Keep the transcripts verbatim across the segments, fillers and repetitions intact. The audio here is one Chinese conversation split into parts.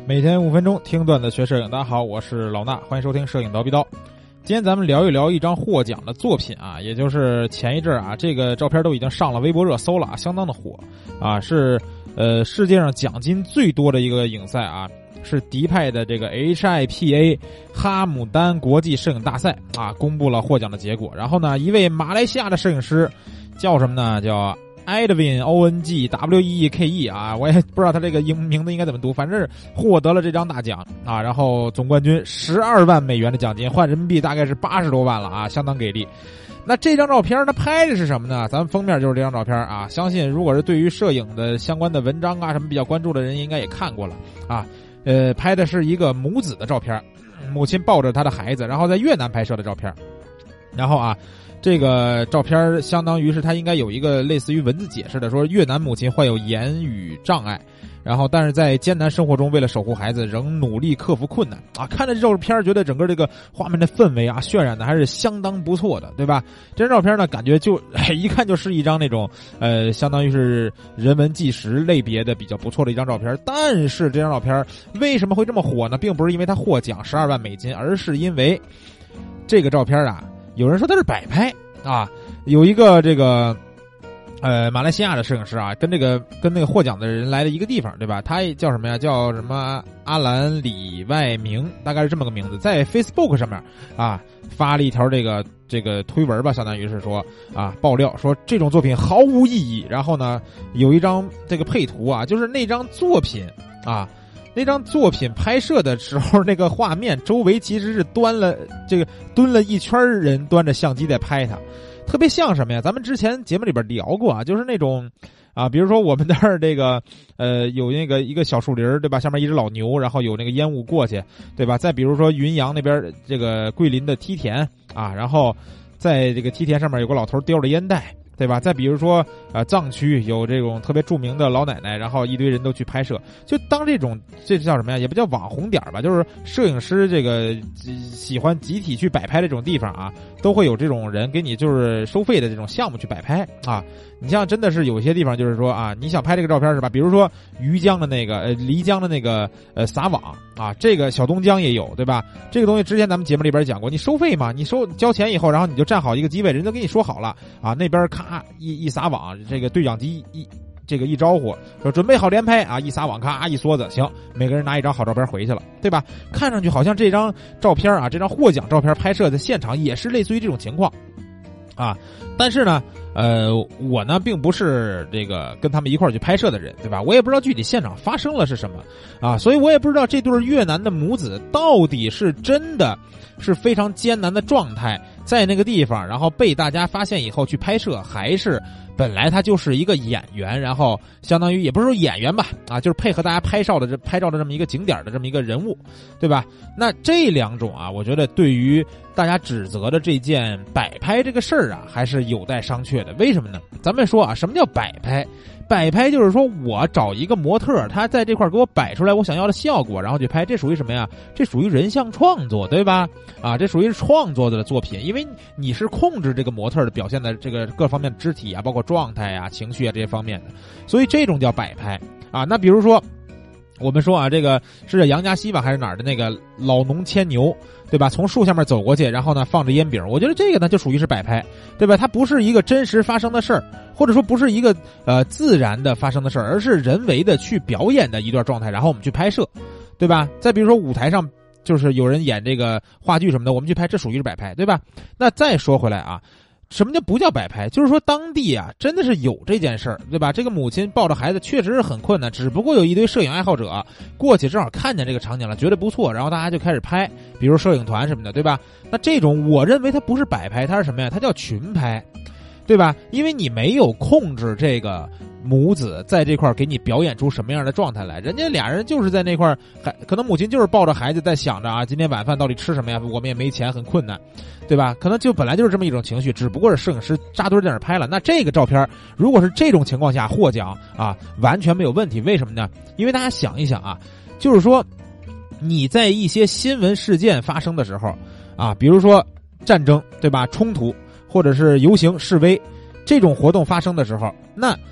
每天五分钟听段子学摄影，大家好，我是老衲，欢迎收听摄影叨逼叨。今天咱们聊一聊一张获奖的作品啊，也就是前一阵啊，这个照片都已经上了微博热搜了啊，相当的火啊，是呃世界上奖金最多的一个影赛啊，是迪派的这个 H I P A 哈姆丹国际摄影大赛啊，公布了获奖的结果。然后呢，一位马来西亚的摄影师叫什么呢？叫Edwin O N G W E E K E 啊，我也不知道他这个英名字应该怎么读，反正获得了这张大奖啊，然后总冠军十二万美元的奖金，换人民币大概是八十多万了啊，相当给力。那这张照片它拍的是什么呢？咱们封面就是这张照片啊，相信如果是对于摄影的相关的文章啊什么比较关注的人应该也看过了啊。呃，拍的是一个母子的照片，母亲抱着她的孩子，然后在越南拍摄的照片。然后啊，这个照片相当于是他应该有一个类似于文字解释的，说越南母亲患有言语障碍，然后但是在艰难生活中为了守护孩子仍努力克服困难啊。看着这照片觉得整个这个画面的氛围啊渲染的还是相当不错的，对吧？这张照片呢感觉就一看就是一张那种呃相当于是人文纪实类别的比较不错的一张照片。但是这张照片为什么会这么火呢？并不是因为它获奖十二万美金，而是因为这个照片啊有人说它是摆拍啊，有一个这个呃马来西亚的摄影师啊，跟这个跟那个获奖的人来了一个地方，对吧？他叫什么呀？叫什么阿兰里外明，大概是这么个名字，在 Facebook 上面啊发了一条这个这个推文吧，相当于是说啊爆料说这种作品毫无意义。然后呢，有一张这个配图啊，就是那张作品啊。那张作品拍摄的时候，那个画面周围其实是端了这个蹲了一圈人端着相机在拍它，特别像什么呀？咱们之前节目里边聊过啊，就是那种啊，比如说我们那儿这个呃有那个一个小树林，对吧？下面一只老牛，然后有那个烟雾过去，对吧？再比如说云阳那边这个桂林的梯田啊，然后在这个梯田上面有个老头叼着烟袋。对吧？再比如说，呃，藏区有这种特别著名的老奶奶，然后一堆人都去拍摄。就当这种这叫什么呀？也不叫网红点吧，就是摄影师这个喜欢集体去摆拍的这种地方啊，都会有这种人给你就是收费的这种项目去摆拍啊。你像真的是有些地方就是说啊，你想拍这个照片是吧？比如说漓江的那个呃漓江的那个呃撒网啊，这个小东江也有，对吧？这个东西之前咱们节目里边讲过，你收费嘛，你收交钱以后，然后你就站好一个机位，人都跟你说好了啊，那边咔一一撒网，这个对讲机一这个一招呼说准备好连拍啊，一撒网咔一梭子，行，每个人拿一张好照片回去了，对吧？看上去好像这张照片啊，这张获奖照片拍摄的现场也是类似于这种情况啊，但是呢。呃，我呢并不是这个跟他们一块儿去拍摄的人，对吧？我也不知道具体现场发生了是什么啊，所以我也不知道这对越南的母子到底是真的是非常艰难的状态在那个地方，然后被大家发现以后去拍摄，还是本来他就是一个演员，然后相当于也不是说演员吧，啊，就是配合大家拍照的这拍照的这么一个景点的这么一个人物，对吧？那这两种啊，我觉得对于大家指责的这件摆拍这个事儿啊，还是有待商榷的。为什么呢？咱们说啊，什么叫摆拍？摆拍就是说我找一个模特，他在这块给我摆出来我想要的效果，然后去拍，这属于什么呀？这属于人像创作，对吧？啊，这属于创作的作品，因为你是控制这个模特的表现的这个各方面的肢体啊，包括状态啊、情绪啊这些方面的，所以这种叫摆拍啊。那比如说。我们说啊，这个是杨家溪吧，还是哪儿的那个老农牵牛，对吧？从树下面走过去，然后呢放着烟饼，我觉得这个呢就属于是摆拍，对吧？它不是一个真实发生的事儿，或者说不是一个呃自然的发生的事儿，而是人为的去表演的一段状态，然后我们去拍摄，对吧？再比如说舞台上就是有人演这个话剧什么的，我们去拍，这属于是摆拍，对吧？那再说回来啊。什么叫不叫摆拍？就是说当地啊真的是有这件事儿，对吧？这个母亲抱着孩子确实是很困难，只不过有一堆摄影爱好者过去正好看见这个场景了，觉得不错，然后大家就开始拍，比如摄影团什么的，对吧？那这种我认为它不是摆拍，它是什么呀？它叫群拍，对吧？因为你没有控制这个母子在这块给你表演出什么样的状态来，人家俩人就是在那块，还可能母亲就是抱着孩子在想着啊，今天晚饭到底吃什么呀？我们也没钱，很困难，对吧？可能就本来就是这么一种情绪，只不过是摄影师扎堆在那儿拍了。那这个照片如果是这种情况下获奖啊，完全没有问题。为什么呢？因为大家想一想啊，就是说你在一些新闻事件发生的时候啊，比如说战争，对吧？冲突或者是游行示威这种活动发生的时候，那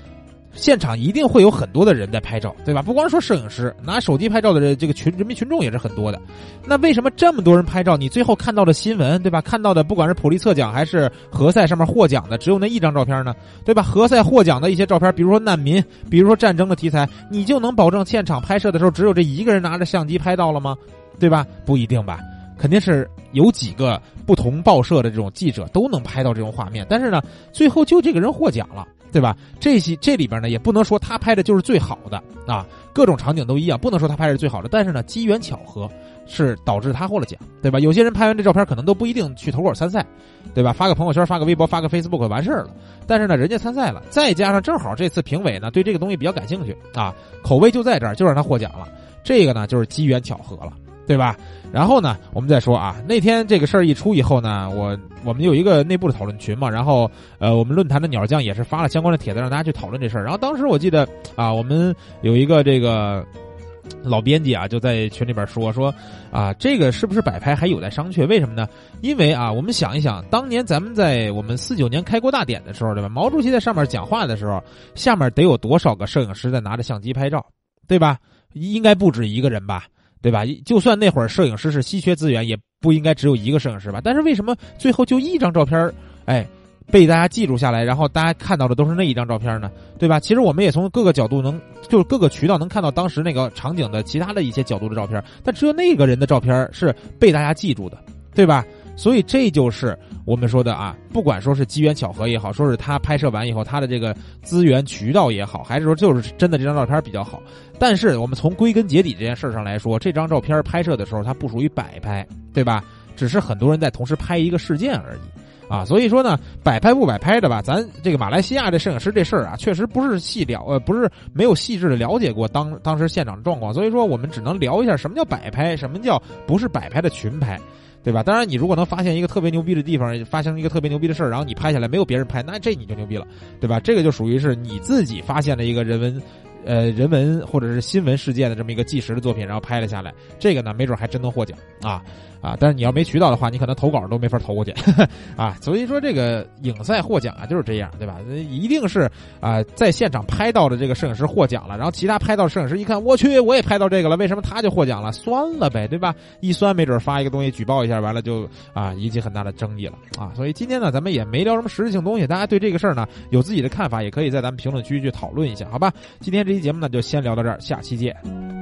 现场一定会有很多的人在拍照，对吧？不光说摄影师，拿手机拍照的这个群人民群众也是很多的。那为什么这么多人拍照，你最后看到的新闻，对吧？看到的不管是普利策奖还是何塞上面获奖的，只有那一张照片呢，对吧？何塞获奖的一些照片，比如说难民，比如说战争的题材，你就能保证现场拍摄的时候只有这一个人拿着相机拍到了吗？对吧？不一定吧。肯定是有几个不同报社的这种记者都能拍到这种画面，但是呢，最后就这个人获奖了，对吧？这些这里边呢，也不能说他拍的就是最好的啊，各种场景都一样，不能说他拍的是最好的，但是呢，机缘巧合是导致他获了奖，对吧？有些人拍完这照片可能都不一定去投稿参赛，对吧？发个朋友圈，发个微博，发个 Facebook 完事儿了，但是呢，人家参赛了，再加上正好这次评委呢对这个东西比较感兴趣啊，口味就在这儿，就让他获奖了，这个呢就是机缘巧合了。对吧？然后呢，我们再说啊，那天这个事儿一出以后呢，我我们有一个内部的讨论群嘛，然后呃，我们论坛的鸟酱也是发了相关的帖子，让大家去讨论这事儿。然后当时我记得啊，我们有一个这个老编辑啊，就在群里边说说啊，这个是不是摆拍还有待商榷？为什么呢？因为啊，我们想一想，当年咱们在我们四九年开国大典的时候，对吧？毛主席在上面讲话的时候，下面得有多少个摄影师在拿着相机拍照，对吧？应该不止一个人吧？对吧？就算那会儿摄影师是稀缺资源，也不应该只有一个摄影师吧？但是为什么最后就一张照片，哎，被大家记住下来，然后大家看到的都是那一张照片呢？对吧？其实我们也从各个角度能，就是各个渠道能看到当时那个场景的其他的一些角度的照片，但只有那个人的照片是被大家记住的，对吧？所以这就是我们说的啊，不管说是机缘巧合也好，说是他拍摄完以后他的这个资源渠道也好，还是说就是真的这张照片比较好。但是我们从归根结底这件事上来说，这张照片拍摄的时候它不属于摆拍，对吧？只是很多人在同时拍一个事件而已啊。所以说呢，摆拍不摆拍的吧，咱这个马来西亚这摄影师这事儿啊，确实不是细了呃，不是没有细致的了解过当当时现场的状况，所以说我们只能聊一下什么叫摆拍，什么叫不是摆拍的群拍。对吧？当然，你如果能发现一个特别牛逼的地方，发生一个特别牛逼的事儿，然后你拍下来没有别人拍，那这你就牛逼了，对吧？这个就属于是你自己发现的一个人文，呃，人文或者是新闻事件的这么一个纪实的作品，然后拍了下来，这个呢，没准还真能获奖啊啊！但是你要没渠道的话，你可能投稿都没法投过去啊。所以说，这个影赛获奖啊，就是这样，对吧？一定是啊，在现场拍到的这个摄影师获奖了，然后其他拍到的摄影师一看，我去，我也拍到这个了，为什么他就获奖了？酸了呗，对吧？一酸，没准发一个东西举报一下，完了就啊引起很大的争议了啊。所以今天呢，咱们也没聊什么实质性东西，大家对这个事儿呢有自己的看法，也可以在咱们评论区去讨论一下，好吧？今天这期节目呢就先聊到这儿，下期见。